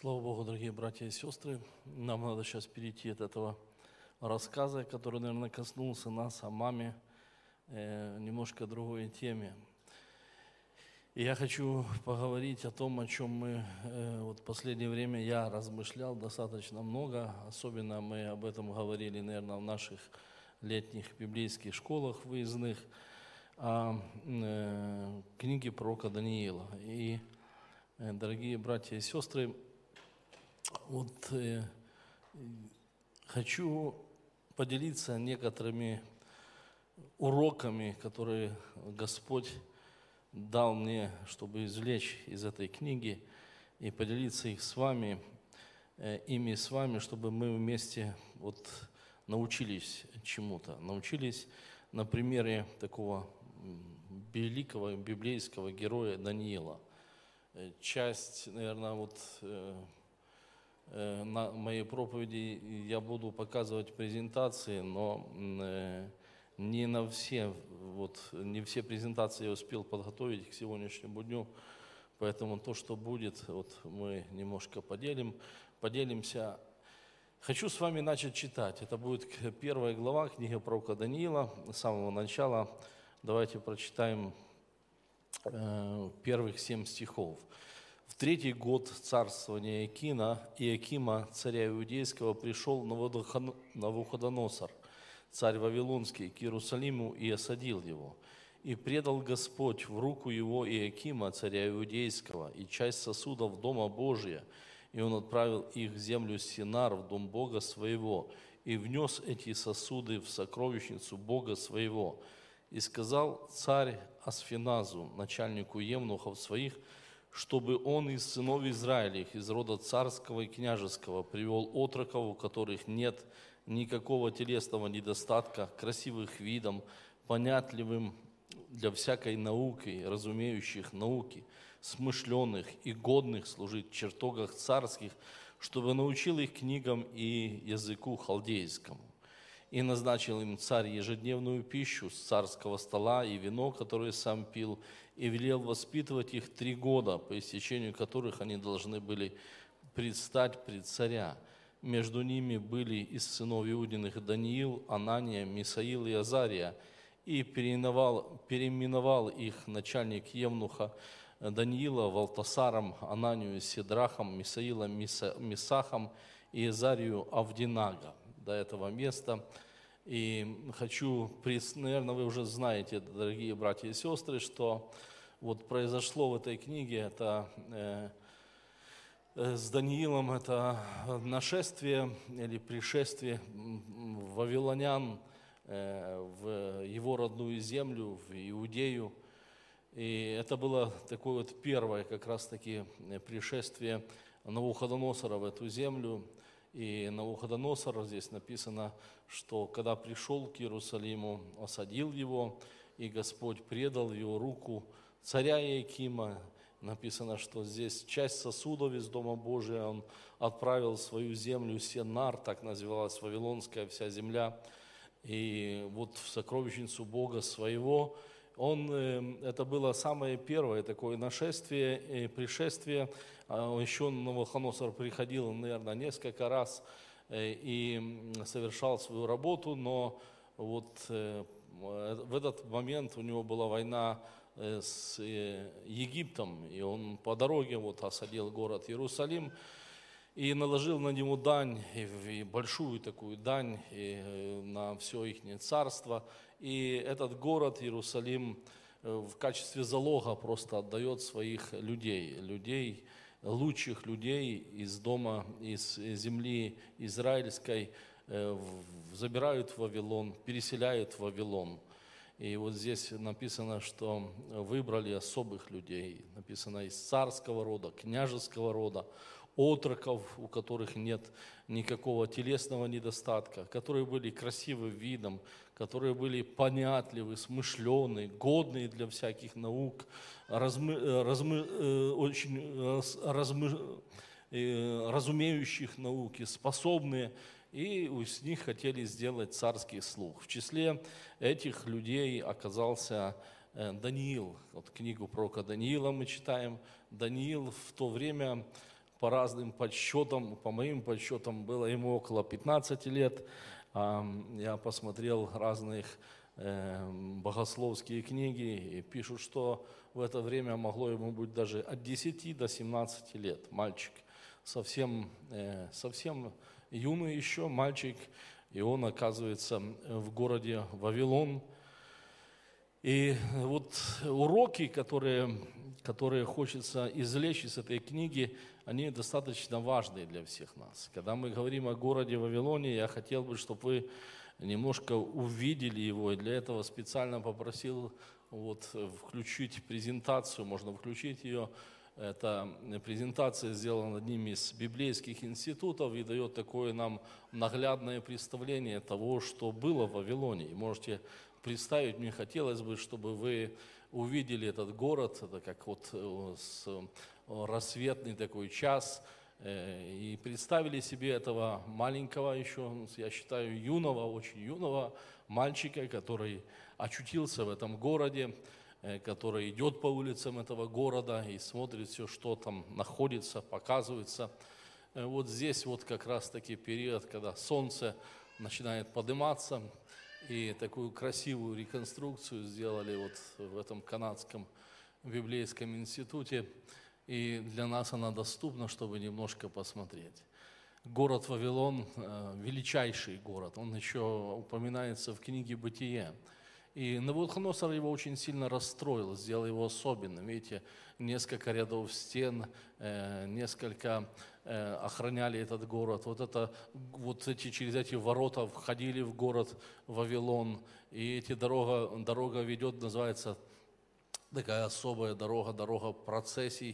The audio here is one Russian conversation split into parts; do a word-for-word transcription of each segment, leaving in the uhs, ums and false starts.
Слава Богу, дорогие братья и сестры, нам надо сейчас перейти от этого рассказа, который, наверное, коснулся нас, о маме, э, немножко другой теме. И я хочу поговорить о том, о чем мы э, вот в последнее время я размышлял достаточно много, особенно мы об этом говорили, наверное, в наших летних библейских школах выездных, о э, книге пророка Даниила. И, э, дорогие братья и сестры, вот э, хочу поделиться некоторыми уроками, которые Господь дал мне, чтобы извлечь из этой книги и поделиться их с вами, э, ими с вами, чтобы мы вместе вот научились чему-то, научились на примере такого великого библейского героя Даниила. Э, Часть, наверное, вот э, э, на моей проповеди я буду показывать презентации, но э, не на все, вот, не все презентации я успел подготовить к сегодняшнему дню, поэтому то, что будет, вот, мы немножко поделим, поделимся. Хочу с вами начать читать. Это будет первая глава книги пророка Даниила, с самого начала. Давайте прочитаем э, первых семь стихов. В третий год царствования Иакина, Иакима, царя Иудейского, пришел Навуходоносор, царь Вавилонский, к Иерусалиму и осадил его. И предал Господь в руку его Иакима, царя Иудейского, и часть сосудов Дома Божия, и он отправил их в землю Синар, в дом Бога своего, и внес эти сосуды в сокровищницу Бога своего. И сказал царь Асфеназу, начальнику евнухов своих, чтобы он из сынов Израилевых, из рода царского и княжеского, привел отроков, у которых нет никакого телесного недостатка, красивых видом, понятливым для всякой науки, разумеющих науки, смышленых и годных служить в чертогах царских, чтобы научил их книгам и языку халдейскому. И назначил им царь ежедневную пищу с царского стола и вино, которое сам пил, и велел воспитывать их три года, по истечению которых они должны были предстать пред царя. Между ними были из сынов Иудиных Даниил, Анания, Мисаил и Азария, и переименовал, переименовал их начальник евнуха Даниила Валтасаром, Ананию Седрахом, Мисаила Мисахом и Азарию Авдинага. До этого места. И хочу, наверное, вы уже знаете, дорогие братья и сестры, что вот произошло в этой книге, это э, с Даниилом, это нашествие или пришествие вавилонян э, в его родную землю, в Иудею. И это было такое вот первое как раз-таки пришествие Навуходоносора в эту землю. И Навуходоносор, здесь написано, что когда пришел к Иерусалиму, осадил его, и Господь предал в его руку царя Иакима. Написано, что здесь часть сосудов из Дома Божия он отправил в свою землю Синар, так называлась Вавилонская вся земля, и вот в сокровищницу Бога своего. Он, это было самое первое такое нашествие и пришествие. Еще Навуходоносор приходил, наверное, несколько раз и совершал свою работу, но вот в этот момент у него была война с Египтом, и он по дороге вот осадил город Иерусалим и наложил на него дань, и большую такую дань и на все их царство. И этот город Иерусалим в качестве залога просто отдает своих людей, людей, лучших людей из дома, из земли израильской, забирают в Вавилон, переселяют в Вавилон. И вот здесь написано, что выбрали особых людей, написано из царского рода, княжеского рода, отроков, у которых нет никакого телесного недостатка, которые были красивым видом, которые были понятливы, смышленые, годные для всяких наук, размы, размы, очень размы, разумеющих науки, способные, и с них хотели сделать царский слух. В числе этих людей оказался Даниил. Вот книгу пророка Даниила мы читаем. Даниил в то время по разным подсчетам, по моим подсчетам, было ему около пятнадцати лет. Я посмотрел разных богословские книги, и пишут, что в это время могло ему быть даже от десяти до семнадцати лет. Мальчик совсем, совсем юный еще мальчик, и он оказывается в городе Вавилон. И вот уроки, которые, которые хочется извлечь из этой книги, они достаточно важные для всех нас. Когда мы говорим о городе Вавилоне, я хотел бы, чтобы вы немножко увидели его, и для этого специально попросил вот, включить презентацию, можно включить ее. Эта презентация сделана одним из библейских институтов и дает такое нам наглядное представление того, что было в Вавилоне. И можете представить, мне хотелось бы, чтобы вы увидели этот город, это как вот рассветный такой час, и представили себе этого маленького еще, я считаю, юного, очень юного мальчика, который очутился в этом городе, который идет по улицам этого города и смотрит все, что там находится, показывается. Вот здесь вот как раз-таки период, когда солнце начинает подниматься, и такую красивую реконструкцию сделали вот в этом канадском библейском институте. И для нас она доступна, чтобы немножко посмотреть. Город Вавилон – величайший город, он еще упоминается в книге «Бытие». И Навуходоносор его очень сильно расстроил, сделал его особенным. Видите, несколько рядов стен, несколько охраняли этот город. Вот, это, вот эти, через эти ворота входили в город Вавилон. И эти дорога, дорога ведет, называется такая особая дорога, дорога процессий.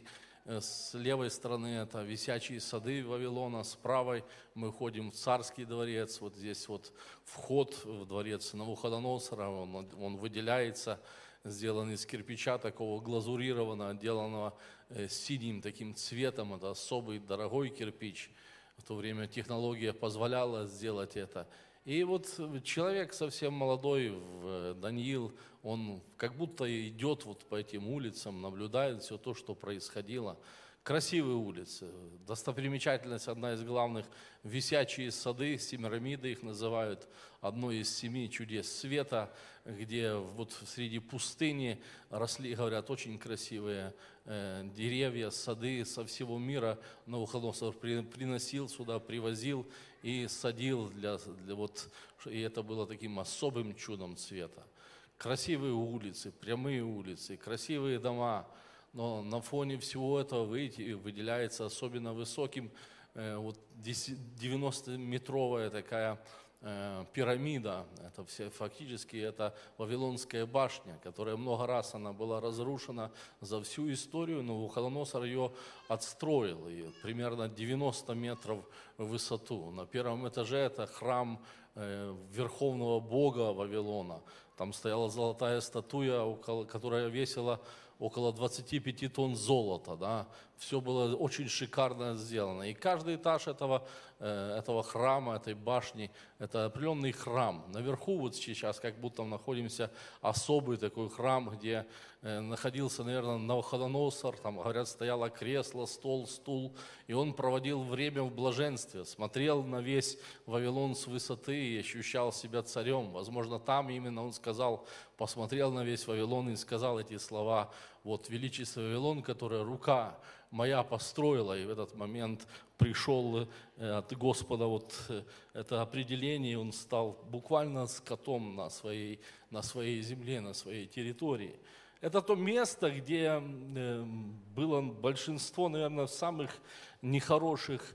С левой стороны это висячие сады Вавилона, с правой мы ходим в царский дворец. Вот здесь вот вход в дворец Навуходоносора, он, он выделяется, сделан из кирпича такого глазурированного, отделанного синим таким цветом. Это особый дорогой кирпич. В то время технология позволяла сделать это. И вот человек совсем молодой, Даниил, он как будто идет вот по этим улицам, наблюдает все то, что происходило. Красивые улицы. Достопримечательность одна из главных – висячие сады, Семирамиды их называют, одно из семи чудес света, где вот среди пустыни росли, говорят, очень красивые э, деревья, сады со всего мира. Навуходоносор при, приносил сюда, привозил и садил, для, для вот, и это было таким особым чудом цвета. Красивые улицы, прямые улицы, красивые дома. Но на фоне всего этого, видите, выделяется особенно высоким э, вот девяностометровая такая э, пирамида. Это все, фактически это Вавилонская башня, которая много раз она была разрушена за всю историю, но Навуходоносор ее отстроил, и примерно девяносто метров в высоту. На первом этаже это храм э, Верховного Бога Вавилона. Там стояла золотая статуя, около, которая весила около двадцати пяти тонн золота, да, все было очень шикарно сделано. И каждый этаж этого, этого храма, этой башни, это определенный храм. Наверху вот сейчас как будто находимся особый такой храм, где находился, наверное, Навуходоносор, там, говорят, стояло кресло, стол, стул, и он проводил время в блаженстве, смотрел на весь Вавилон с высоты и ощущал себя царем. Возможно, там именно он сказал, посмотрел на весь Вавилон и сказал эти слова: вот величество Вавилон, которое рука моя построила. И в этот момент пришел от Господа вот это определение, и он стал буквально скотом на своей, на своей земле, на своей территории. Это то место, где было большинство, наверное, самых нехороших,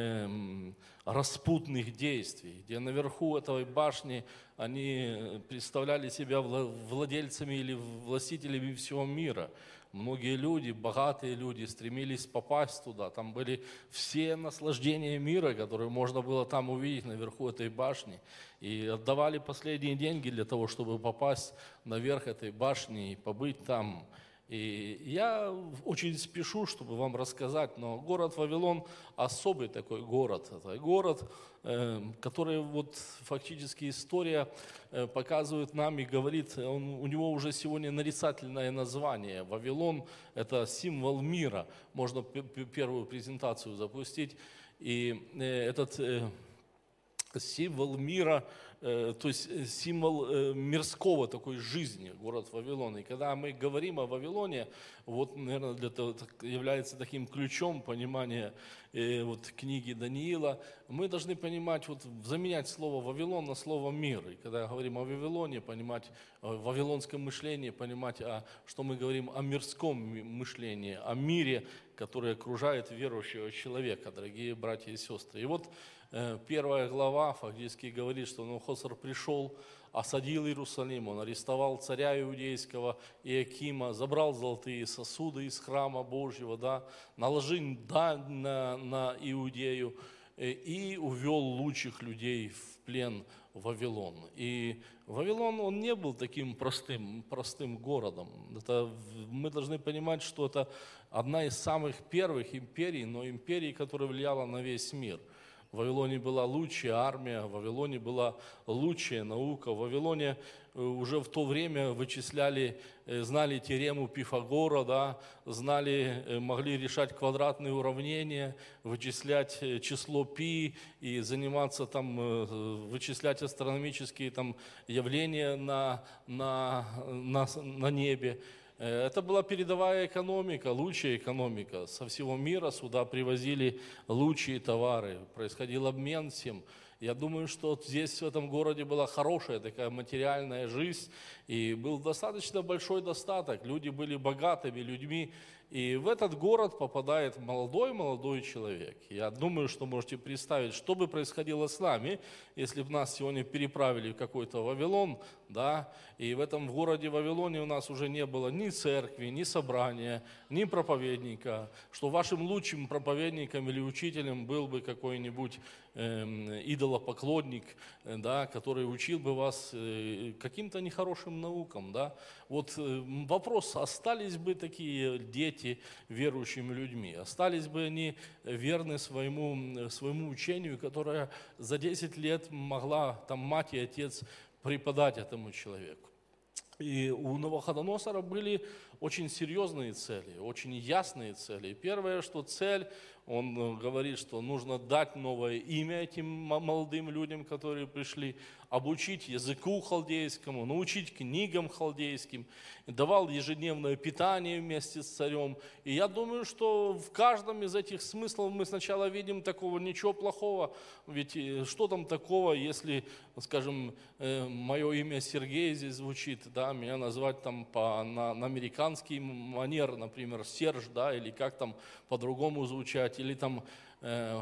э, распутных действий, где наверху этой башни они представляли себя владельцами или властителями всего мира. Многие люди, богатые люди, стремились попасть туда. Там были все наслаждения мира, которые можно было там увидеть наверху этой башни. И отдавали последние деньги для того, чтобы попасть наверх этой башни и побыть там. И я очень спешу, чтобы вам рассказать, но город Вавилон особый такой город. Это город, который вот фактически история показывает нам и говорит, он, у него уже сегодня нарицательное название. Вавилон – это символ мира. Можно первую презентацию запустить. И этот символ мира, то есть символ мирского такой жизни, город Вавилон. И когда мы говорим о Вавилоне, вот, наверное, для того, является таким ключом понимания вот, книги Даниила, мы должны понимать, вот, заменять слово Вавилон на слово мир. И когда говорим о Вавилоне, понимать о вавилонском мышлении, понимать, о, что мы говорим о мирском мышлении, о мире, который окружает верующего человека, дорогие братья и сестры. И вот первая глава фактически говорит, что Навуходоносор пришел, осадил Иерусалим, он арестовал царя иудейского Иакима, забрал золотые сосуды из храма Божьего, да, наложил дань на, на Иудею и увел лучших людей в плен в Вавилон. И Вавилон, он не был таким простым, простым городом. Это, мы должны понимать, что это одна из самых первых империй, но империй, которая влияла на весь мир. В Вавилоне была лучшая армия, в Вавилоне была лучшая наука, в Вавилоне уже в то время вычисляли, знали теорему Пифагора, да, знали, могли решать квадратные уравнения, вычислять число пи и заниматься там, вычислять астрономические там явления на, на, на, на небе. Это была передовая экономика, лучшая экономика. Со всего мира сюда привозили лучшие товары, происходил обмен всем. Я думаю, что здесь, в этом городе, была хорошая такая материальная жизнь, и был достаточно большой достаток. Люди были богатыми людьми, и в этот город попадает молодой-молодой человек. Я думаю, что можете представить, что бы происходило с нами, если бы нас сегодня переправили в какой-то Вавилон, да, и в этом городе Вавилоне у нас уже не было ни церкви, ни собрания, ни проповедника, что вашим лучшим проповедником или учителем был бы какой-нибудь э, идолопоклонник, э, да, который учил бы вас э, каким-то нехорошим наукам. Да. Вот э, вопрос, остались бы такие дети верующими людьми, остались бы они верны своему, своему учению, которое за десять лет могла там мать и отец преподать этому человеку. И у Навуходоносора были очень серьезные цели, очень ясные цели. Первое, что цель, он говорит, что нужно дать новое имя этим молодым людям, которые пришли, обучить языку халдейскому, научить книгам халдейским, давал ежедневное питание вместе с царем. И я думаю, что в каждом из этих смыслов мы сначала видим такого ничего плохого, ведь что там такого, если, скажем, мое имя Сергей здесь звучит, да, меня назвать там по, на, на американский манер, например, Серж, да, или как там по-другому звучать, или там э,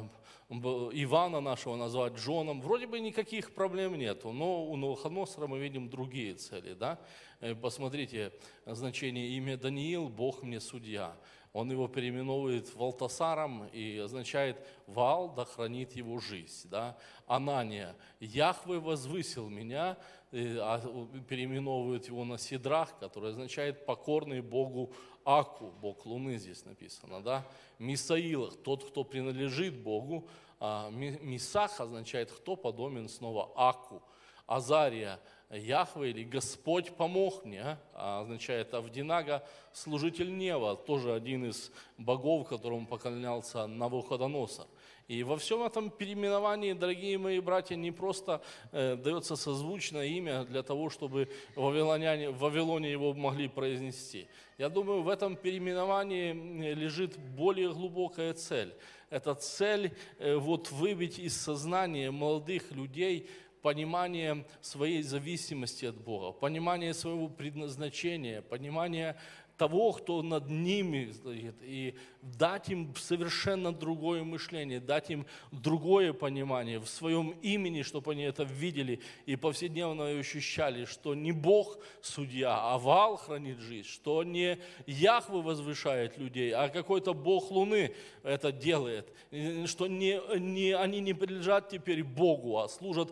Ивана нашего назвать Джоном, вроде бы никаких проблем нету, но у Навуходоносора мы видим другие цели, да. Посмотрите, значение имя Даниил, Бог мне судья. Он его переименовывает Валтасаром и означает «Ваал да хранит его жизнь». Да? Анания «Яхве возвысил меня», а переименовывает его на Сидрах, который означает «покорный Богу Аку», Бог Луны здесь написано. Да? Мисаил – тот, кто принадлежит Богу, а Мисах означает «кто подобен снова Аку». Азария Яхве или Господь помог мне, а означает Авдинага, служитель Нева, тоже один из богов, которому поклонялся Навуходоносор. И во всем этом переименовании, дорогие мои братья, не просто э, дается созвучное имя для того, чтобы вавилоняне, в Вавилоне его могли произнести. Я думаю, в этом переименовании лежит более глубокая цель. Это цель э, вот, выбить из сознания молодых людей понимание своей зависимости от Бога, понимание своего предназначения, понимание того, кто над ними стоит, и дать им совершенно другое мышление, дать им другое понимание в своем имени, чтобы они это видели и повседневно ощущали, что не Бог судья, а Ваал хранит жизнь, что не Яхве возвышает людей, а какой-то Бог Луны это делает, что не, не, они не принадлежат теперь Богу, а служат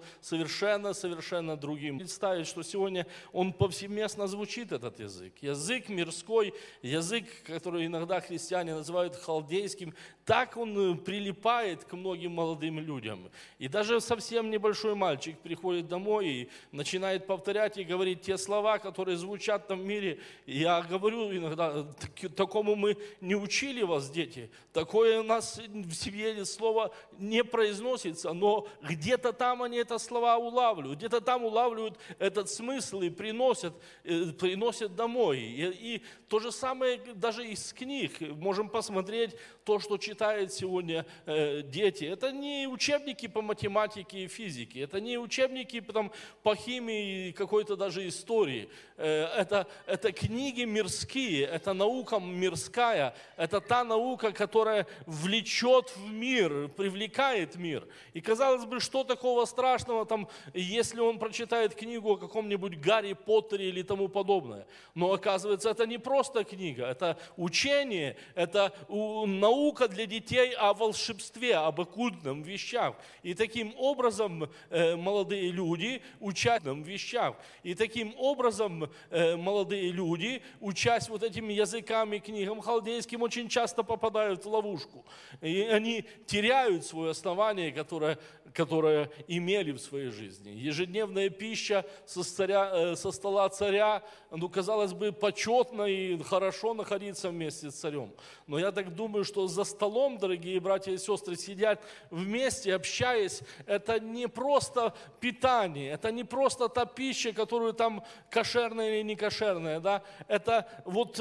совершенно-совершенно другим. Представить, что сегодня он повсеместно звучит, этот язык, язык мирской, мирской язык, который иногда христиане называют халдейским, так он прилипает к многим молодым людям. И даже совсем небольшой мальчик приходит домой и начинает повторять и говорить те слова, которые звучат там в мире. Я говорю иногда, такому мы не учили вас, дети. Такое у нас в семье слово не произносится, но где-то там они это слова улавливают, где-то там улавливают этот смысл и приносят, приносят домой. И, и то же самое даже из книг. Можем посмотреть то, что читают сегодня э, дети. Это не учебники по математике и физике, это не учебники там, по химии и какой-то даже истории. Э, это, это книги мирские, это наука мирская, это та наука, которая влечет в мир, привлекает мир. И казалось бы, что такого страшного, там, если он прочитает книгу о каком-нибудь Гарри Поттере или тому подобное. Но оказывается, это не просто книга, это учение, это наука для детей о волшебстве, об оккультном вещах. И таким образом э, молодые люди учат нам вещах. И таким образом э, молодые люди, учась вот этими языками, книгам халдейским, очень часто попадают в ловушку. И они теряют свое основание, которое, которое имели в своей жизни. Ежедневная пища со, царя, э, со стола царя, ну, казалось бы, почетно и хорошо находиться вместе с царем. Но я так думаю, что за столом, дорогие братья и сестры, сидят вместе, общаясь, это не просто питание, это не просто та пища, которую там кошерная или не кошерная, да? Это вот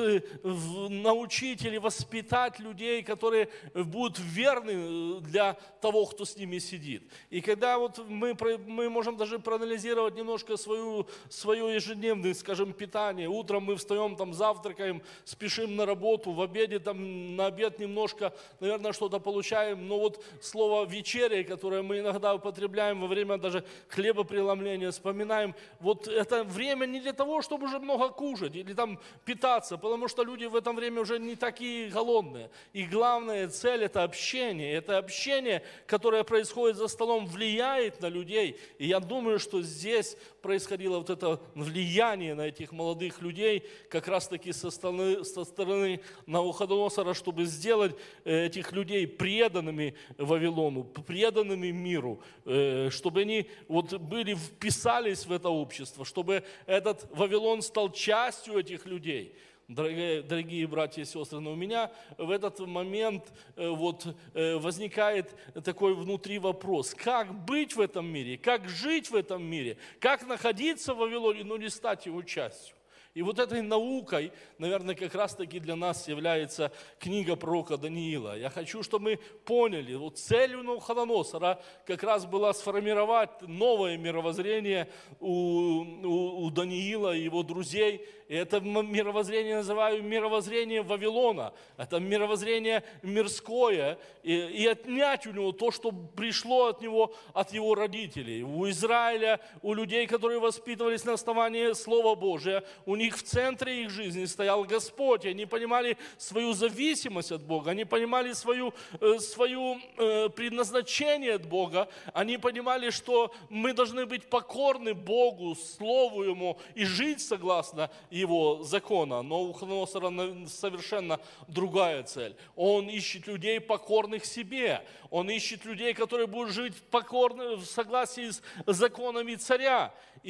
научить или воспитать людей, которые будут верны для того, кто с ними сидит. И когда вот мы, мы можем даже проанализировать немножко свою, свое ежедневное, скажем, питание. Утром мы встаем, там завтракаем, спешим на работу, в обеде там на обед немножко, наверное, что-то получаем. Но вот слово «вечеря», которое мы иногда употребляем во время даже хлебопреломления, вспоминаем, вот это время не для того, чтобы уже много кушать или там питаться, потому что люди в этом время уже не такие голодные. И главная цель – это общение. Это общение, которое происходит за столом, влияет на людей. И я думаю, что здесь происходило вот это влияние на этих молодых людей, как раз-таки со стороны, со стороны Навуходоносора, чтобы сделать этих людей преданными Вавилону, преданными миру, чтобы они вот были, вписались в это общество, чтобы этот Вавилон стал частью этих людей. Дорогие, дорогие братья и сестры, но у меня в этот момент вот, возникает такой внутри вопрос, как быть в этом мире, как жить в этом мире, как находиться в Вавилоне, но не стать его частью. И вот этой наукой, наверное, как раз-таки для нас является книга пророка Даниила. Я хочу, чтобы мы поняли, вот целью Навуходоносора как раз была сформировать новое мировоззрение у, у, у Даниила и его друзей. И это мировоззрение называю мировоззрение Вавилона. Это мировоззрение мирское. И, и отнять у него то, что пришло от него, от его родителей. У Израиля, у людей, которые воспитывались на основании Слова Божия, у них в центре их жизни стоял Господь. Они понимали свою зависимость от Бога. Они понимали свою, свою э, предназначение от Бога. Они понимали, что мы должны быть покорны Богу, Слову Ему и жить согласно его закона. Но у Навуходоносора совершенно другая цель. Он ищет людей, покорных себе. Он ищет людей, которые будут жить покорно, в согласии с законами царя.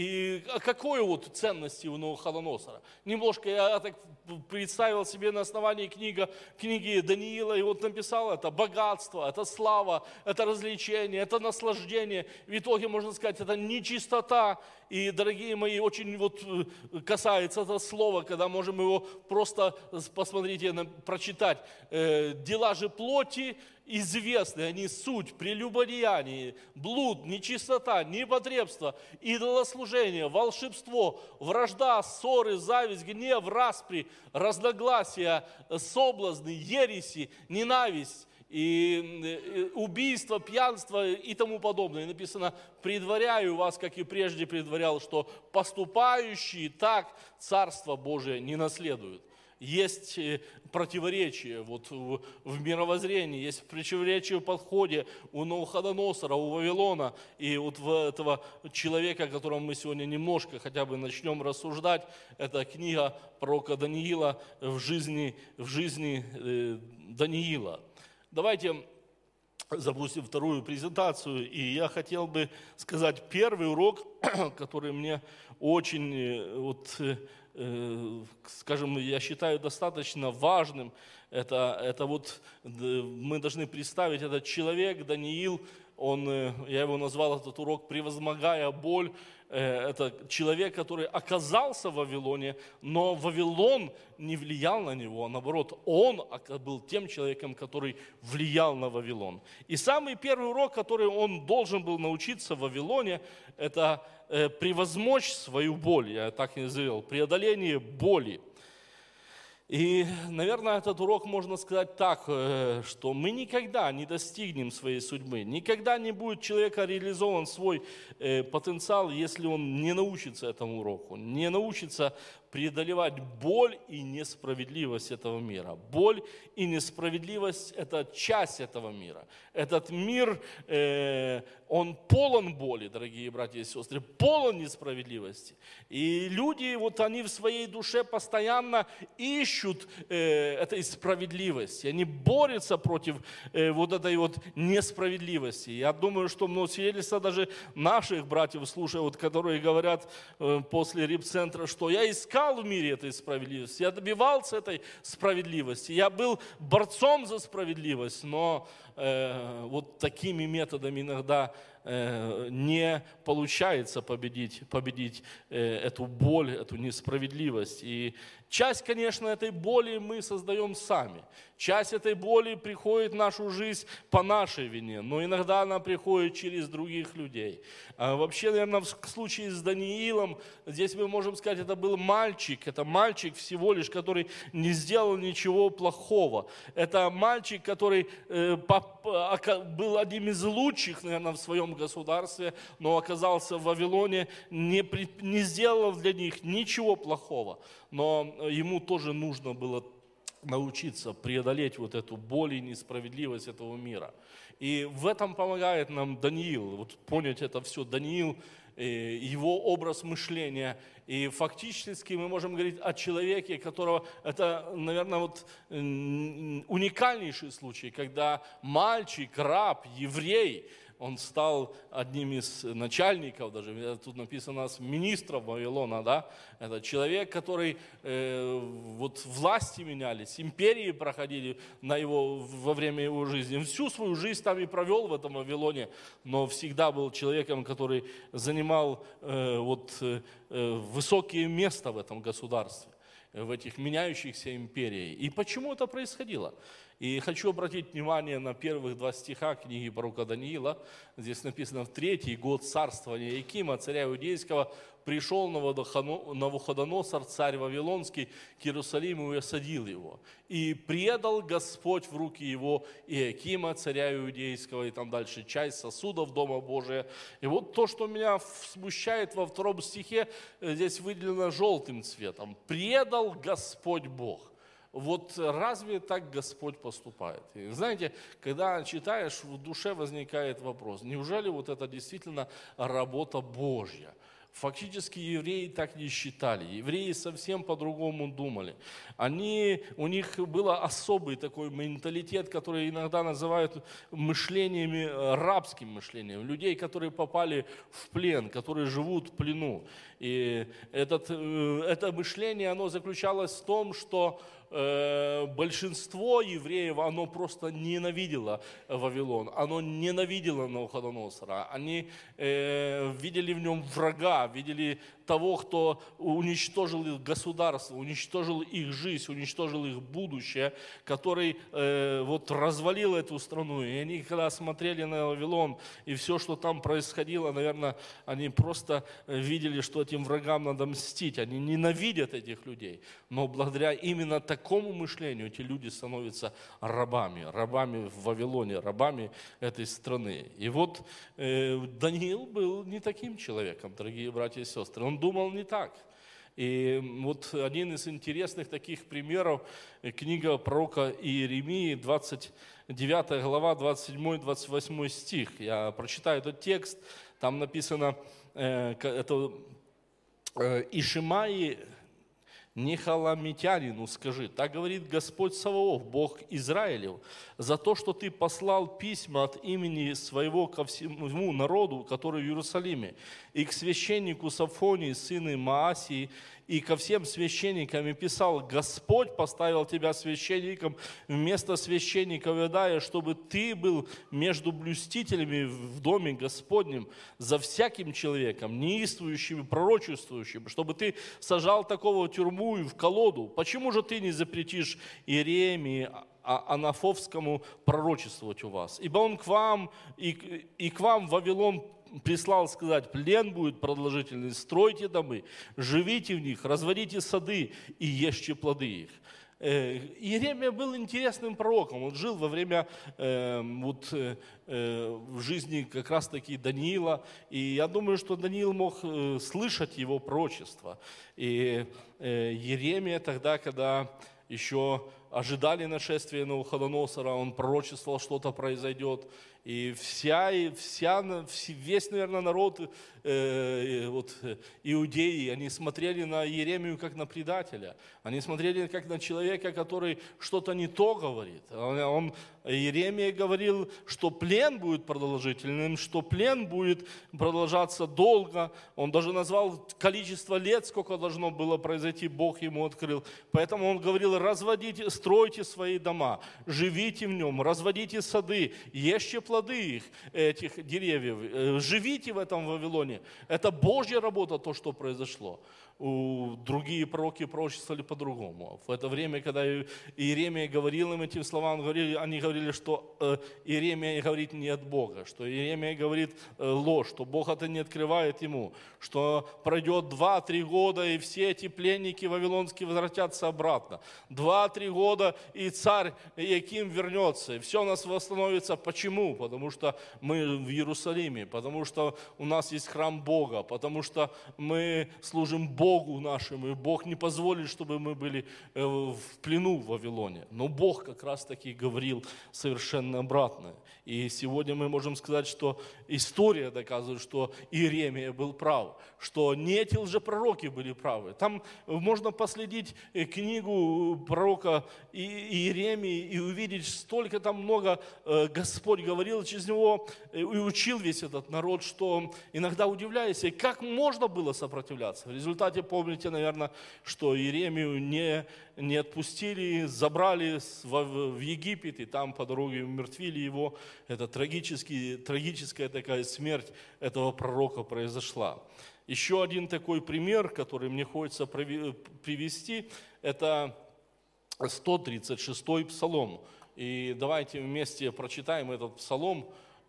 И какой вот ценности у Навуходоносора? Немножко я так представил себе на основании книги, книги Даниила, и вот написал, это богатство, это слава, это развлечение, это наслаждение. В итоге, можно сказать, это нечистота. И, дорогие мои, очень вот касается это слова, когда можем его просто, посмотрите, прочитать. Дела же плоти известны, они суть, прелюбодеяние, блуд, нечистота, непотребство, идолослужение, волшебство, вражда, ссоры, зависть, гнев, распри, разногласия, соблазны, ереси, ненависть, и убийство, пьянство и тому подобное. И написано, предваряю вас, как и прежде предварял, что поступающие так Царство Божие не наследуют. есть противоречие вот в, в мировоззрении, есть противоречие в подходе у Навуходоносора, у Вавилона, и вот в этого человека, о котором мы сегодня немножко хотя бы начнем рассуждать, это книга пророка Даниила в жизни, в жизни э, Даниила. Давайте запустим вторую презентацию, и я хотел бы сказать первый урок, который мне очень, вот, э, скажем, я считаю достаточно важным. Это, это вот мы должны представить, этот человек, Даниил, он, я его назвал, этот урок, «Превозмогая боль». Это человек, который оказался в Вавилоне, но Вавилон не влиял на него, а наоборот, он был тем человеком, который влиял на Вавилон. И самый первый урок, который он должен был научиться в Вавилоне, это превозмочь свою боль, я так и называл, преодоление боли. И, наверное, этот урок можно сказать так, что мы никогда не достигнем своей судьбы, никогда не будет человека реализован свой потенциал, если он не научится этому уроку, не научится преодолевать боль и несправедливость этого мира. Боль и несправедливость – это часть этого мира. Этот мир, э, он полон боли, дорогие братья и сестры, полон несправедливости. И люди, вот они в своей душе постоянно ищут э, этой справедливости. Они борются против э, вот этой вот несправедливости. Я думаю, что ну, свидетельства даже наших братьев, слушая, вот, которые говорят э, после репцентра, что я искал в мире этой справедливости, я добивался этой справедливости, я был борцом за справедливость, но э, вот такими методами иногда э, не получается победить, победить э, эту боль, эту несправедливость. И часть, конечно, этой боли мы создаем сами. Часть этой боли приходит в нашу жизнь по нашей вине, но иногда она приходит через других людей. А вообще, наверное, в случае с Даниилом, здесь мы можем сказать, это был мальчик, это мальчик всего лишь, который не сделал ничего плохого. Это мальчик, который э, по, был одним из лучших, наверное, в своем государстве, но оказался в Вавилоне, не, не сделал для них ничего плохого. Но ему тоже нужно было научиться преодолеть вот эту боль и несправедливость этого мира. И в этом помогает нам Даниил. Вот понять это все. Даниил, его образ мышления. И фактически мы можем говорить о человеке, которого, это, наверное, вот уникальнейший случай, когда мальчик, раб, еврей, он стал одним из начальников, даже тут написано у нас министров Вавилона, да? Это человек, который, э, вот власти менялись, империи проходили на его, во время его жизни. Он всю свою жизнь там и провел в этом Вавилоне, но всегда был человеком, который занимал э, вот, э, высокие места в этом государстве, в этих меняющихся империях. И почему это происходило? И хочу обратить внимание на первых два стиха книги пророка Даниила. Здесь написано: «В третий год царствования Иакима, царя иудейского, пришел Навуходоносор, царь Вавилонский, к Иерусалиму и осадил его. И предал Господь в руки его Иакима, царя иудейского», и там дальше часть сосудов Дома Божия. И вот то, что меня смущает во втором стихе, здесь выделено желтым цветом. «Предал Господь Бог». Вот разве так Господь поступает? И знаете, когда читаешь, в душе возникает вопрос: неужели вот это действительно работа Божья? Фактически евреи так не считали. Евреи совсем по-другому думали. Они, у них был особый такой менталитет, который иногда называют мышлением, рабским мышлением. Людей, которые попали в плен, которые живут в плену. И этот, это мышление, оно заключалось в том, что большинство евреев, оно просто ненавидело Вавилон, оно ненавидело Навуходоносора. Они э, видели в нем врага, видели того, кто уничтожил их государство, уничтожил их жизнь, уничтожил их будущее, который э, вот развалил эту страну. И они, когда смотрели на Вавилон и все, что там происходило, наверное, они просто видели, что этим врагам надо мстить. Они ненавидят этих людей. Но благодаря именно такому мышлению эти люди становятся рабами, рабами в Вавилоне, рабами этой страны. И вот э, Даниил был не таким человеком, дорогие братья и сестры. Он думал не так. И вот один из интересных таких примеров, книга пророка Иеремии, двадцать девятая глава, двадцать седьмой — двадцать восьмой стих. Я прочитаю этот текст, там написано, э, это э, «Ишимаи Нехаламитянину скажи, так говорит Господь Саваоф, Бог Израилев, за то, что ты послал письма от имени своего ко всему народу, который в Иерусалиме, и к священнику Сафонии, сыну Маасии, и ко всем священникам, и писал: Господь поставил тебя священником вместо священника Иудая, чтобы ты был между блюстителями в доме Господнем за всяким человеком, неистующим и пророчествующим, чтобы ты сажал такого в тюрьму и в колоду. Почему же ты не запретишь Иеремии, Анафовскому пророчествовать у вас? Ибо он к вам, и, и к вам в Вавилон прислал сказать: плен будет продолжительный, стройте домы, живите в них, разводите сады и ешьте плоды их. Иеремия был интересным пророком. Он жил во время э, вот, э, в жизни как раз-таки Даниила. И я думаю, что Даниил мог э, слышать его пророчество. И э, Иеремия тогда, когда еще ожидали нашествия Навуходоносора, он пророчествовал, что-то произойдет. И вся, вся, весь, наверное, народ э, вот, иудеи, они смотрели на Иеремию как на предателя. Они смотрели как на человека, который что-то не то говорит. Он, Иеремия говорил, что плен будет продолжительным, что плен будет продолжаться долго. Он даже назвал количество лет, сколько должно было произойти, Бог ему открыл. Поэтому он говорил: разводите, стройте свои дома, живите в нем, разводите сады, ешьте плоды их, этих деревьев, живите в этом Вавилоне. Это Божья работа, то, что произошло. У другие пророки пророчествовали по-другому. В это время, когда Иеремия говорил им этим словам, говорили, они говорили, что Иеремия говорит не от Бога, что Иеремия говорит ложь, что Бог это не открывает ему, что пройдет два-три года, и все эти пленники вавилонские возвратятся обратно. Два-три года, и царь Иаким вернется, и все у нас восстановится. Почему? Потому что мы в Иерусалиме, потому что у нас есть храм Бога, потому что мы служим Богу. Богу нашему, и Бог не позволит, чтобы мы были в плену в Вавилоне. Но Бог как раз таки говорил совершенно обратное. И сегодня мы можем сказать, что история доказывает, что Иеремия был прав, что не эти лжепророки были правы. Там можно последить книгу пророка Иеремии и увидеть, столько там много Господь говорил через него и учил весь этот народ, что иногда удивляешься, как можно было сопротивляться. В результате помните, наверное, что Иеремию не, не отпустили, забрали в, в Египет, и там по дороге умертвили его. Это трагический, трагическая такая смерть этого пророка произошла. Еще один такой пример, который мне хочется привести, это сто тридцать шестой псалом. И давайте вместе прочитаем этот псалом.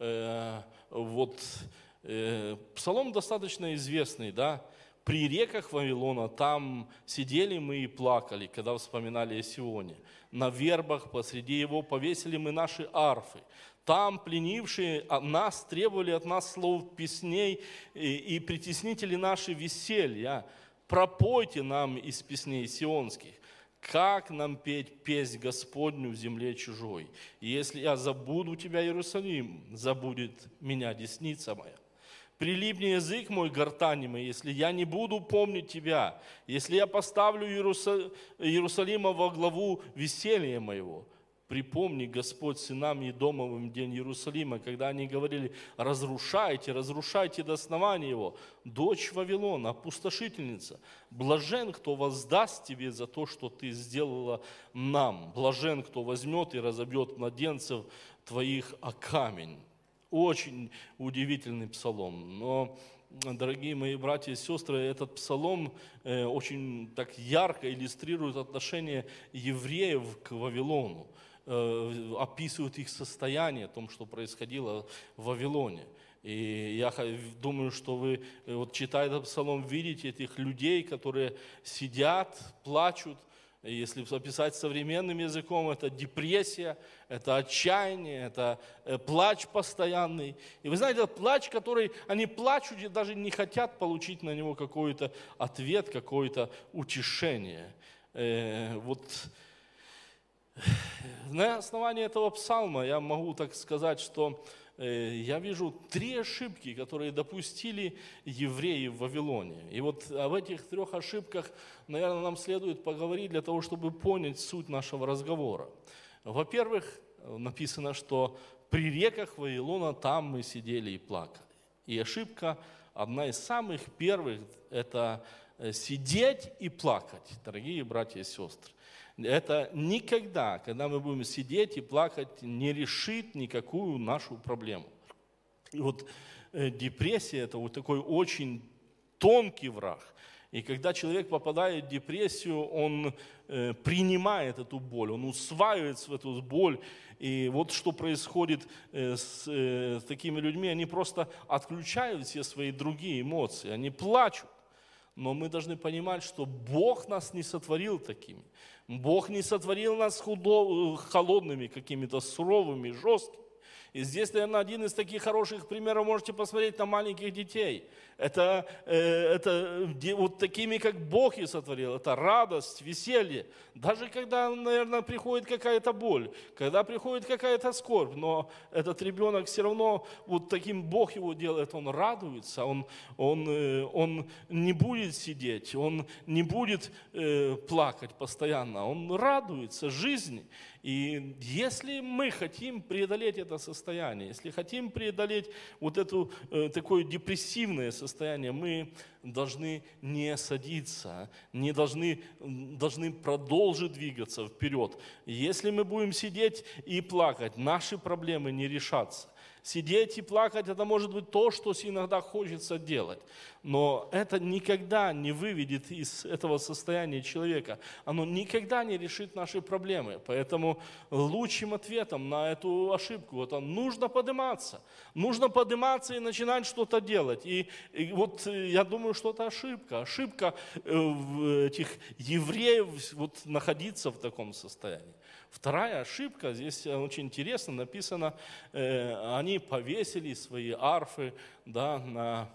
Вот, псалом достаточно известный, да? При реках Вавилона там сидели мы и плакали, когда вспоминали о Сионе. На вербах посреди его повесили мы наши арфы. Там пленившие нас требовали от нас слов песней, и, и притеснители наши веселья. Пропойте нам из песней сионских. Как нам петь песнь Господню в земле чужой? И если я забуду тебя, Иерусалим, забудет меня десница моя. Прилипни язык мой гортани моей, если я не буду помнить тебя, если я поставлю Иерусалима во главу веселья моего. Припомни, Господь, сынам Едомовым день Иерусалима, когда они говорили: разрушайте, разрушайте до основания его. Дочь Вавилона, опустошительница, блажен, кто воздаст тебе за то, что ты сделала нам. Блажен, кто возьмет и разобьет младенцев твоих о камень. Очень удивительный псалом. Но, дорогие мои братья и сестры, этот псалом очень так ярко иллюстрирует отношение евреев к Вавилону, описывает их состояние, о том, что происходило в Вавилоне. И я думаю, что вы, вот, читая этот псалом, видите этих людей, которые сидят, плачут, Если описать современным языком, это депрессия, это отчаяние, это плач постоянный. И вы знаете, этот плач, который они плачут и даже не хотят получить на него какой-то ответ, какое-то утешение. Вот на основании этого псалма я могу так сказать, что я вижу три ошибки, которые допустили евреи в Вавилоне. И вот об этих трех ошибках, наверное, нам следует поговорить для того, чтобы понять суть нашего разговора. Во-первых, написано, что при реках Вавилона там мы сидели и плакали. И ошибка, одна из самых первых, это сидеть и плакать, дорогие братья и сестры. Это никогда, когда мы будем сидеть и плакать, не решит никакую нашу проблему. И вот э, депрессия – это вот такой очень тонкий враг. И когда человек попадает в депрессию, он э, принимает эту боль, он усваивается в эту боль. И вот что происходит э, с, э, с такими людьми, они просто отключают все свои другие эмоции, они плачут. Но мы должны понимать, что Бог нас не сотворил такими. Бог не сотворил нас худо, холодными, какими-то суровыми, жесткими. И здесь, наверное, один из таких хороших примеров, можете посмотреть на маленьких детей. Это, э, это вот такими, как Бог их сотворил, это радость, веселье. Даже когда, наверное, приходит какая-то боль, когда приходит какая-то скорбь, но этот ребенок все равно, вот таким Бог его делает, он радуется, он, он, э, он не будет сидеть, он не будет э, плакать постоянно, он радуется жизни. И если мы хотим преодолеть это состояние, если хотим преодолеть вот это э, такое депрессивное состояние, мы должны не садиться, не должны, должны продолжить двигаться вперед. Если мы будем сидеть и плакать, наши проблемы не решатся. Сидеть и плакать – это может быть то, что иногда хочется делать. Но это никогда не выведет из этого состояния человека. Оно никогда не решит наши проблемы. Поэтому лучшим ответом на эту ошибку – это нужно подниматься. Нужно подниматься и начинать что-то делать. И, и вот я думаю, что это ошибка. Ошибка этих евреев вот, находиться в таком состоянии. Вторая ошибка, здесь очень интересно написано, э, они повесили свои арфы, да, на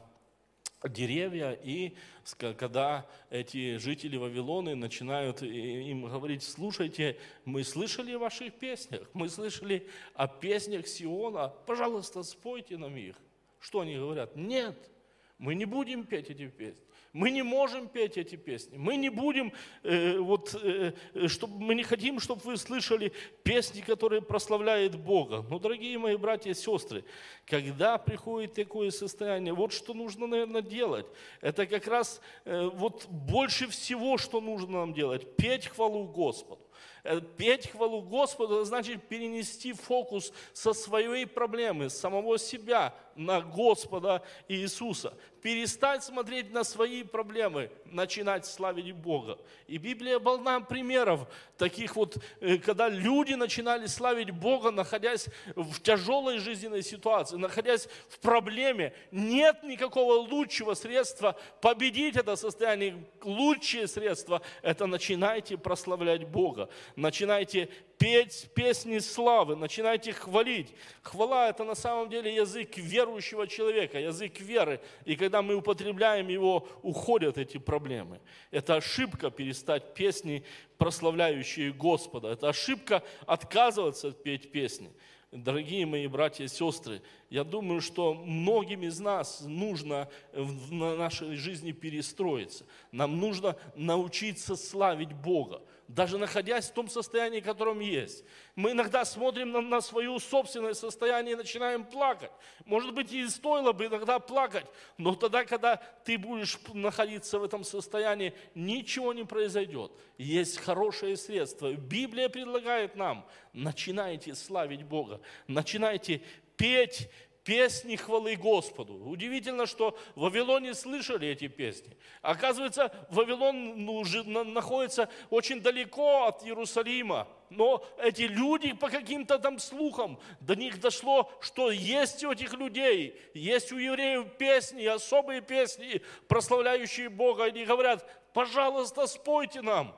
деревья, и когда эти жители Вавилона начинают им говорить: слушайте, мы слышали о ваших песнях, мы слышали о песнях Сиона, пожалуйста, спойте нам их. Что они говорят? Нет, мы не будем петь эти песни. Мы не можем петь эти песни. Мы не будем, э, вот, э, чтобы, мы не хотим, чтобы вы слышали песни, которые прославляют Бога. Но, дорогие мои братья и сестры, когда приходит такое состояние, вот что нужно, наверное, делать. Это как раз э, вот больше всего, что нужно нам делать. Петь хвалу Господу. Петь хвалу Господу, значит перенести фокус со своей проблемы, с самого себя на Господа Иисуса. Перестать смотреть на свои проблемы, начинать славить Бога. И Библия полна примеров таких вот, когда люди начинали славить Бога, находясь в тяжелой жизненной ситуации, находясь в проблеме. Нет никакого лучшего средства победить это состояние. Лучшее средство – это начинайте прославлять Бога. Начинайте петь песни славы, начинайте хвалить. Хвала – это на самом деле язык верующего человека, язык веры. И когда мы употребляем его, уходят эти проблемы. Это ошибка перестать песни, прославляющие Господа. Это ошибка отказываться петь песни. Дорогие мои братья и сестры, я думаю, что многим из нас нужно в нашей жизни перестроиться. Нам нужно научиться славить Бога, даже находясь в том состоянии, в котором есть. Мы иногда смотрим на, на свое собственное состояние и начинаем плакать. Может быть, и стоило бы иногда плакать, но тогда, когда ты будешь находиться в этом состоянии, ничего не произойдет. Есть хорошее средство. Библия предлагает нам: начинайте славить Бога, начинайте петь песни хвалы Господу. Удивительно, что в Вавилоне слышали эти песни. Оказывается, Вавилон ну, находится очень далеко от Иерусалима. Но эти люди по каким-то там слухам, до них дошло, что есть у этих людей, есть у евреев песни, особые песни, прославляющие Бога. Они говорят: пожалуйста, спойте нам.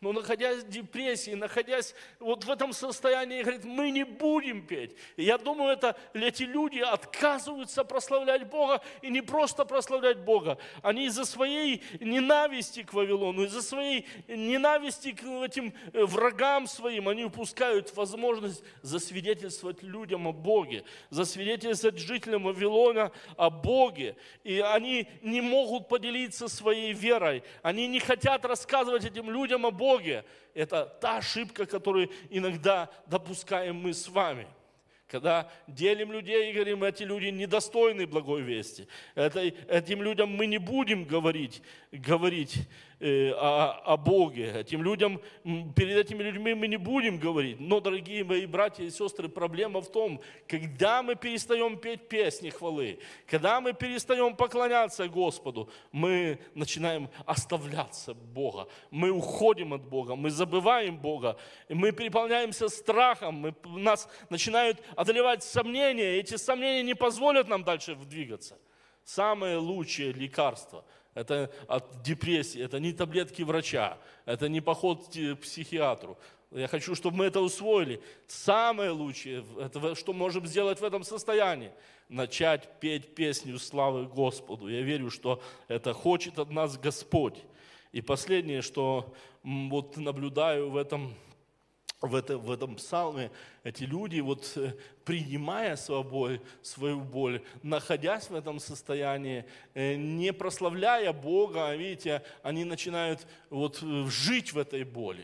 Но находясь в депрессии, находясь вот в этом состоянии, говорит, мы не будем петь. И я думаю, это, эти люди отказываются прославлять Бога, и не просто прославлять Бога. Они из-за своей ненависти к Вавилону, из-за своей ненависти к этим врагам своим, они упускают возможность засвидетельствовать людям о Боге, засвидетельствовать жителям Вавилона о Боге. И они не могут поделиться своей верой, они не хотят рассказывать этим людям о Боге. Это та ошибка, которую иногда допускаем мы с вами. Когда делим людей и говорим, эти люди недостойны благой вести. Это, этим людям мы не будем говорить, говорить э, о, о Боге. Этим людям, перед этими людьми мы не будем говорить. Но, дорогие мои братья и сестры, проблема в том, когда мы перестаем петь песни хвалы, когда мы перестаем поклоняться Господу, мы начинаем оставляться Бога. Мы уходим от Бога, мы забываем Бога, мы переполняемся страхом, мы, нас начинают одолевать сомнения. Эти сомнения не позволят нам дальше двигаться. Самое лучшее лекарство – это от депрессии, это не таблетки врача, это не поход к психиатру. Я хочу, чтобы мы это усвоили. Самое лучшее, это, что можем сделать в этом состоянии – начать петь песню славы Господу. Я верю, что это хочет от нас Господь. И последнее, что вот наблюдаю в этом В, это, в этом псалме, эти люди, вот, принимая свою боль, свою боль, находясь в этом состоянии, не прославляя Бога, видите, они начинают вот, жить в этой боли.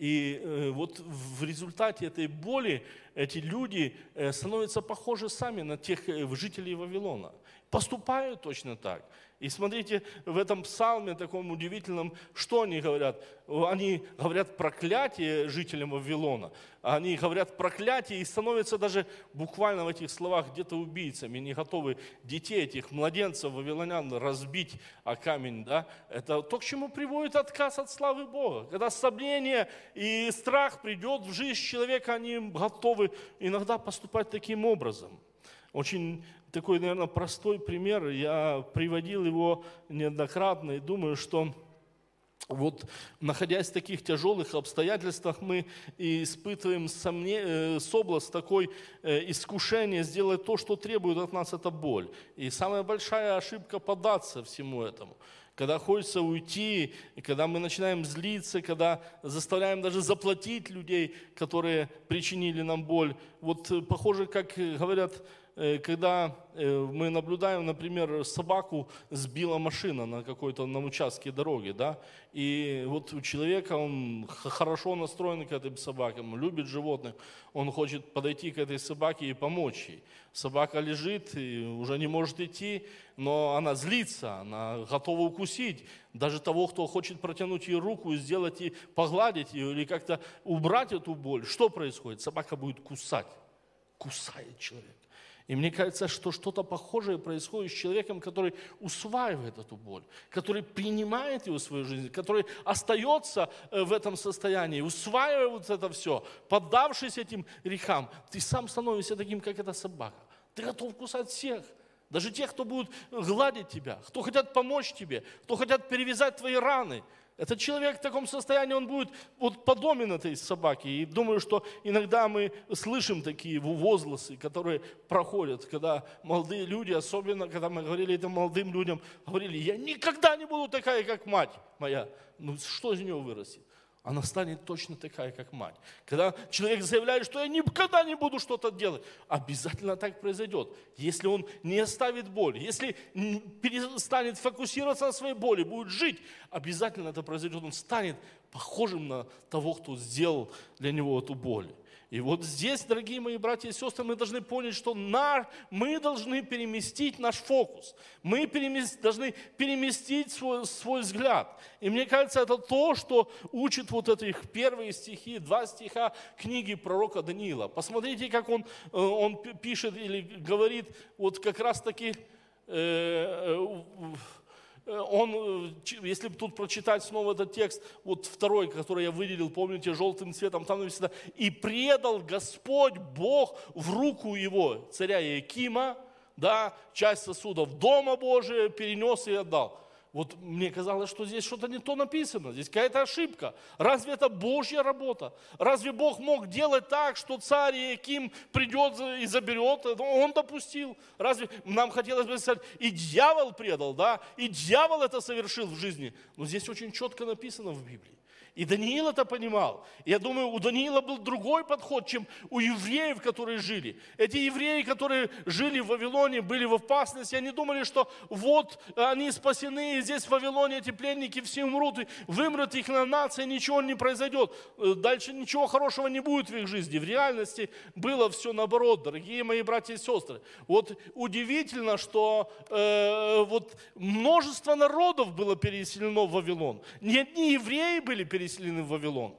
И вот в результате этой боли эти люди становятся похожи сами на тех жителей Вавилона. Поступают точно так. И смотрите, в этом псалме таком удивительном, что они говорят? Они говорят проклятие жителям Вавилона. Они говорят проклятие и становятся даже буквально в этих словах где-то убийцами, не готовы детей этих младенцев вавилонян разбить о камень. Да? Это то, к чему приводит отказ от славы Бога. Когда сомнение и страх придет в жизнь человека, они готовы иногда поступать таким образом. Очень такой, наверное, простой пример, я приводил его неоднократно и думаю, что вот находясь в таких тяжелых обстоятельствах, мы испытываем сомнение, соблазн, такое искушение сделать то, что требует от нас эта боль. И самая большая ошибка – поддаться всему этому. Когда хочется уйти, и когда мы начинаем злиться, когда заставляем даже заплатить людей, которые причинили нам боль. Вот похоже, как говорят, когда мы наблюдаем, например, собаку сбила машина на какой-то на участке дороги, да, и вот у человека, он хорошо настроен к этим собакам, любит животных, он хочет подойти к этой собаке и помочь ей. Собака лежит и уже не может идти, но она злится, она готова укусить даже того, кто хочет протянуть ей руку и сделать и погладить ее или как-то убрать эту боль. Что происходит? Собака будет кусать, кусает человека. И мне кажется, что что-то похожее происходит с человеком, который усваивает эту боль, который принимает ее в свою жизнь, который остается в этом состоянии, усваивая вот это все, поддавшись этим грехам, ты сам становишься таким, как эта собака. Ты готов кусать всех, даже тех, кто будет гладить тебя, кто хотят помочь тебе, кто хотят перевязать твои раны. Этот человек в таком состоянии, он будет вот подобен этой собаке. И думаю, что иногда мы слышим такие возгласы, которые проходят, когда молодые люди, особенно когда мы говорили этим молодым людям, говорили, я никогда не буду такая, как мать моя. Ну что из нее вырастет? Она станет точно такая, как мать. Когда человек заявляет, что я никогда не буду что-то делать, обязательно так произойдет. Если он не оставит боль, если перестанет фокусироваться на своей боли, будет жить, обязательно это произойдет. Он станет похожим на того, кто сделал для него эту боль. И вот здесь, дорогие мои братья и сестры, мы должны понять, что наш, мы должны переместить наш фокус. Мы перемест, должны переместить свой, свой взгляд. И мне кажется, это то, что учит вот этих первые стихи, два стиха книги пророка Даниила. Посмотрите, как он, он пишет или говорит, вот как раз таки... Э, Он, если тут прочитать снова этот текст, вот второй, который я выделил, помните, желтым цветом, там написано, «И предал Господь Бог в руку его, царя Иоакима, да, часть сосудов Дома Божия перенес и отдал». Вот мне казалось, что здесь что-то не то написано, здесь какая-то ошибка. Разве это Божья работа? Разве Бог мог делать так, что царь Иоаким придет и заберет? Он допустил. Разве нам хотелось бы сказать, и дьявол предал, да? И дьявол это совершил в жизни. Но здесь очень четко написано в Библии. И Даниил это понимал. Я думаю, у Даниила был другой подход, чем у евреев, которые жили. Эти евреи, которые жили в Вавилоне, были в опасности, они думали, что вот они спасены, и здесь в Вавилоне эти пленники все умрут, и вымрет их нация, ничего не произойдет. Дальше ничего хорошего не будет в их жизни. В реальности было все наоборот, дорогие мои братья и сестры. Вот удивительно, что э, вот множество народов было переселено в Вавилон. Не одни евреи были переселены в Вавилон.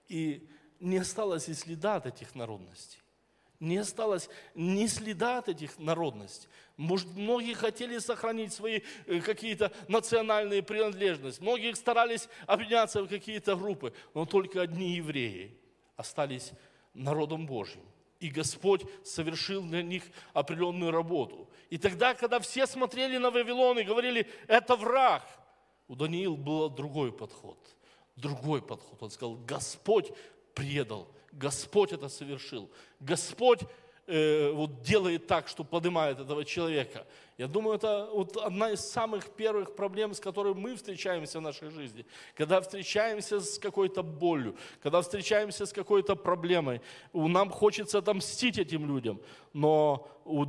И не осталось и следа от этих народностей. Не осталось ни следа от этих народностей. Может, многие хотели сохранить свои какие-то национальные принадлежности. Многие старались объединяться в какие-то группы. Но только одни евреи остались народом Божьим. И Господь совершил для них определенную работу. И тогда, когда все смотрели на Вавилон и говорили, это враг, у Даниила был другой подход. Другой подход. Он сказал, Господь предал, Господь это совершил. Господь э, вот делает так, что поднимает этого человека. Я думаю, это вот одна из самых первых проблем, с которой мы встречаемся в нашей жизни. Когда встречаемся с какой-то болью, когда встречаемся с какой-то проблемой, нам хочется отомстить этим людям. Но у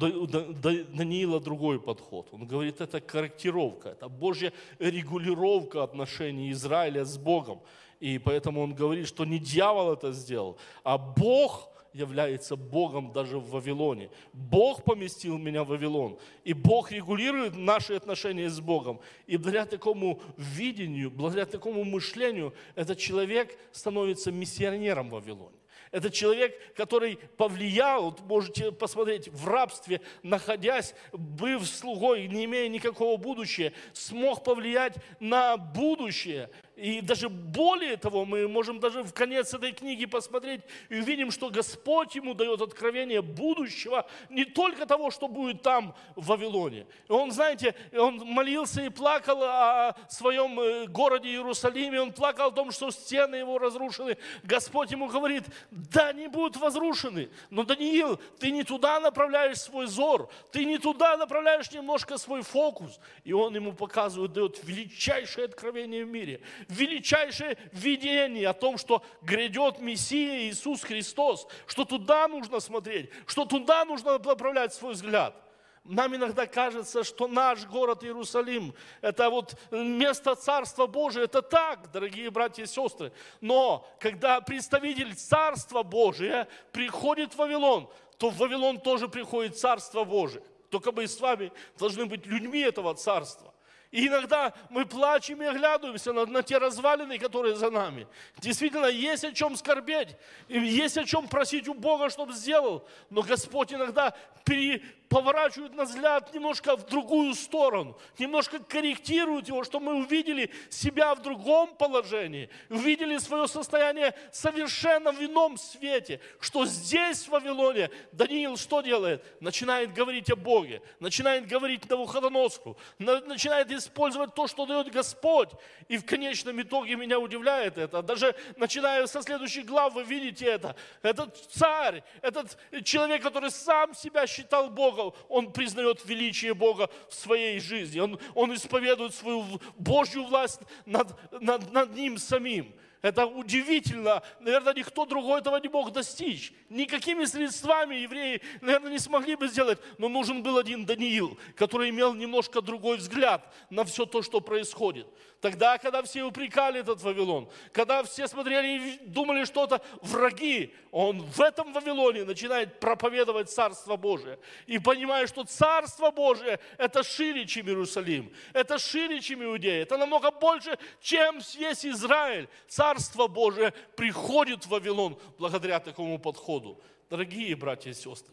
Даниила другой подход. Он говорит, это корректировка, это Божья регулировка отношений Израиля с Богом. И поэтому он говорит, что не дьявол это сделал, а Бог является Богом даже в Вавилоне. Бог поместил меня в Вавилон. И Бог регулирует наши отношения с Богом. И благодаря такому видению, благодаря такому мышлению, этот человек становится миссионером в Вавилоне. Это человек, который повлиял, вот можете посмотреть, в рабстве, находясь, быв слугой, не имея никакого будущего, смог повлиять на будущее. И даже более того, мы можем даже в конец этой книги посмотреть и увидим, что Господь ему дает откровение будущего, не только того, что будет там, в Вавилоне. И он, знаете, он молился и плакал о своем городе Иерусалиме, он плакал о том, что стены его разрушены. Господь ему говорит, да, они будут разрушены, но, Даниил, ты не туда направляешь свой взор, ты не туда направляешь немножко свой фокус. И он ему показывает, дает величайшее откровение в мире, величайшее видение о том, что грядет Мессия Иисус Христос, что туда нужно смотреть, что туда нужно направлять свой взгляд. Нам иногда кажется, что наш город Иерусалим – это вот место Царства Божия. Это так, дорогие братья и сестры. Но когда представитель Царства Божия приходит в Вавилон, то в Вавилон тоже приходит Царство Божие. Только мы с вами должны быть людьми этого Царства. И иногда мы плачем и оглядываемся на, на те развалины, которые за нами. Действительно, есть о чем скорбеть, есть о чем просить у Бога, чтобы сделал. Но Господь иногда пере, поворачивает на взгляд немножко в другую сторону, немножко корректирует его, чтобы мы увидели себя в другом положении, увидели свое состояние совершенно в ином свете, что здесь, в Вавилоне, Даниил что делает? Начинает говорить о Боге, начинает говорить Навуходоносору, начинает использовать то, что дает Господь. И в конечном итоге меня удивляет это. Даже начиная со следующей глав, вы видите это. Этот царь, этот человек, который сам себя считал Богом, он признает величие Бога в своей жизни. Он, он исповедует свою Божью власть над, над, над ним самим. Это удивительно. Наверное, никто другой этого не мог достичь. Никакими средствами евреи, наверное, не смогли бы сделать. Но нужен был один Даниил, который имел немножко другой взгляд на все то, что происходит. Тогда, когда все упрекали этот Вавилон, когда все смотрели и думали, что это враги, он в этом Вавилоне начинает проповедовать Царство Божие. И понимая, что Царство Божие – это шире, чем Иерусалим, это шире, чем Иудея, это намного больше, чем весь Израиль. Царство Божие приходит в Вавилон благодаря такому подходу. Дорогие братья и сестры,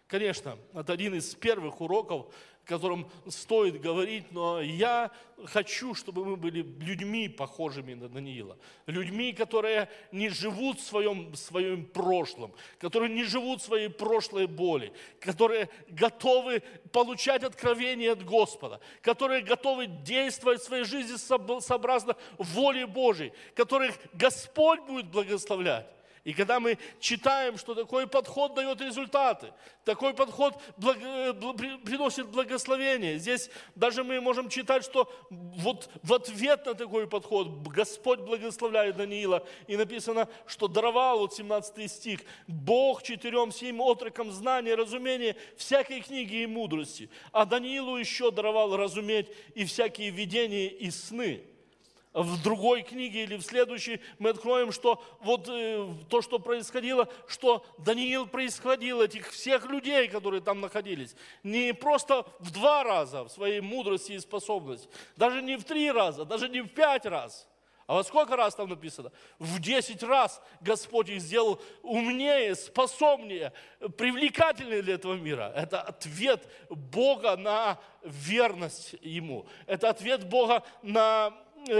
Конечно, это один из первых уроков, о котором стоит говорить, но я хочу, чтобы мы были людьми, похожими на Даниила. Людьми, которые не живут в своем, в своем прошлом, которые не живут в своей прошлой боли, которые готовы получать откровение от Господа, которые готовы действовать в своей жизни сообразно воле Божией, которых Господь будет благословлять. И когда мы читаем, что такой подход дает результаты, такой подход благ... приносит благословение. Здесь даже мы можем читать, что вот в ответ на такой подход Господь благословляет Даниила. И написано, что даровал, вот семнадцатый стих, Бог четырем сим отрокам знания, разумения, всякой книги и мудрости. А Даниилу еще даровал разуметь и всякие видения и сны. В другой книге или в следующей мы откроем, что вот э, то, что происходило, что Даниил происходил, этих всех людей, которые там находились, не просто в два раза в своей мудрости и способности, даже не в три раза, даже не в пять раз, а во сколько раз там написано? В десять раз Господь их сделал умнее, способнее, привлекательнее для этого мира. Это ответ Бога на верность Ему. Это ответ Бога на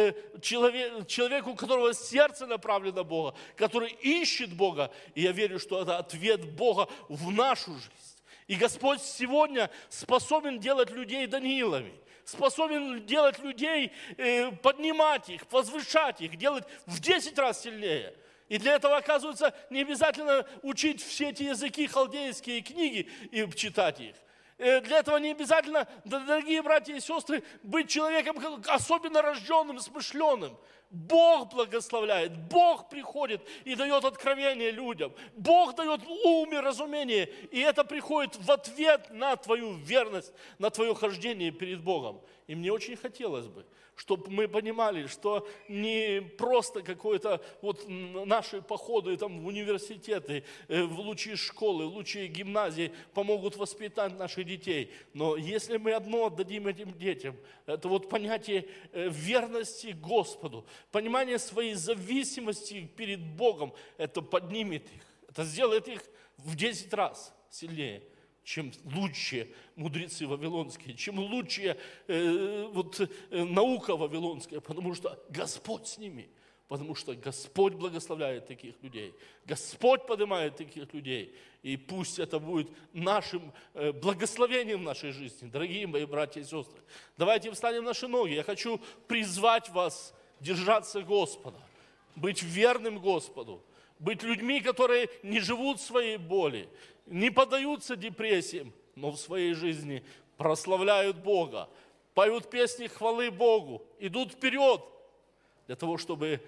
Человек, человеку, у которого сердце направлено на Бога, который ищет Бога. И я верю, что это ответ Бога в нашу жизнь. И Господь сегодня способен делать людей Даниилами, способен делать людей, поднимать их, возвышать их, делать в десять раз сильнее. И для этого, оказывается, не обязательно учить все эти языки, халдейские книги и читать их. Для этого не обязательно, дорогие братья и сестры, быть человеком особенно рожденным, смышленым. Бог благословляет, Бог приходит и дает откровение людям. Бог дает ум и разумение, и это приходит в ответ на твою верность, на твое хождение перед Богом. И мне очень хотелось бы, чтобы мы понимали, что не просто какое-то вот наши походы там, в университеты, в лучшие школы, в лучшие гимназии помогут воспитать наших детей. Но если мы одно отдадим этим детям, это вот понятие верности Господу, понимание своей зависимости перед Богом, это поднимет их, это сделает их в десять раз сильнее, чем лучшие мудрецы вавилонские, чем лучшая э, вот, э, наука вавилонская, потому что Господь с ними, потому что Господь благословляет таких людей, Господь поднимает таких людей, и пусть это будет нашим э, благословением в нашей жизни, дорогие мои братья и сестры. Давайте встанем на наши ноги, я хочу призвать вас держаться Господа, быть верным Господу, быть людьми, которые не живут в своей боли, не поддаются депрессиям, но в своей жизни прославляют Бога, поют песни хвалы Богу, идут вперед для того, чтобы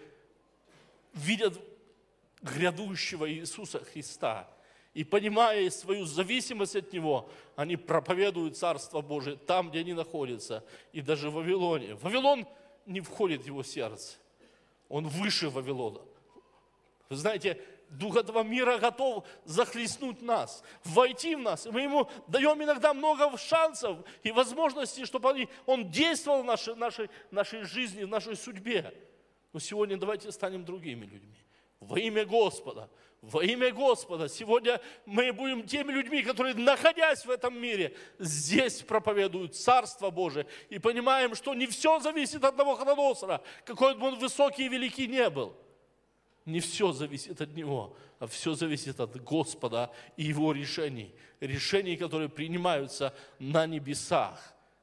видят грядущего Иисуса Христа. И понимая свою зависимость от Него, они проповедуют Царство Божие там, где они находятся, и даже в Вавилоне. Вавилон не входит в его сердце, он выше Вавилона. Вы знаете, дух этого мира готов захлестнуть нас, войти в нас. И мы ему даем иногда много шансов и возможностей, чтобы он, он действовал в нашей, нашей, нашей жизни, в нашей судьбе. Но сегодня давайте станем другими людьми. Во имя Господа, во имя Господа. Сегодня мы будем теми людьми, которые, находясь в этом мире, здесь проповедуют Царство Божие. И понимаем, что не все зависит от Навуходоносора, какой бы он высокий и великий не был. Не все зависит от него, а все зависит от Господа и Его решений. Решений, которые принимаются на небесах.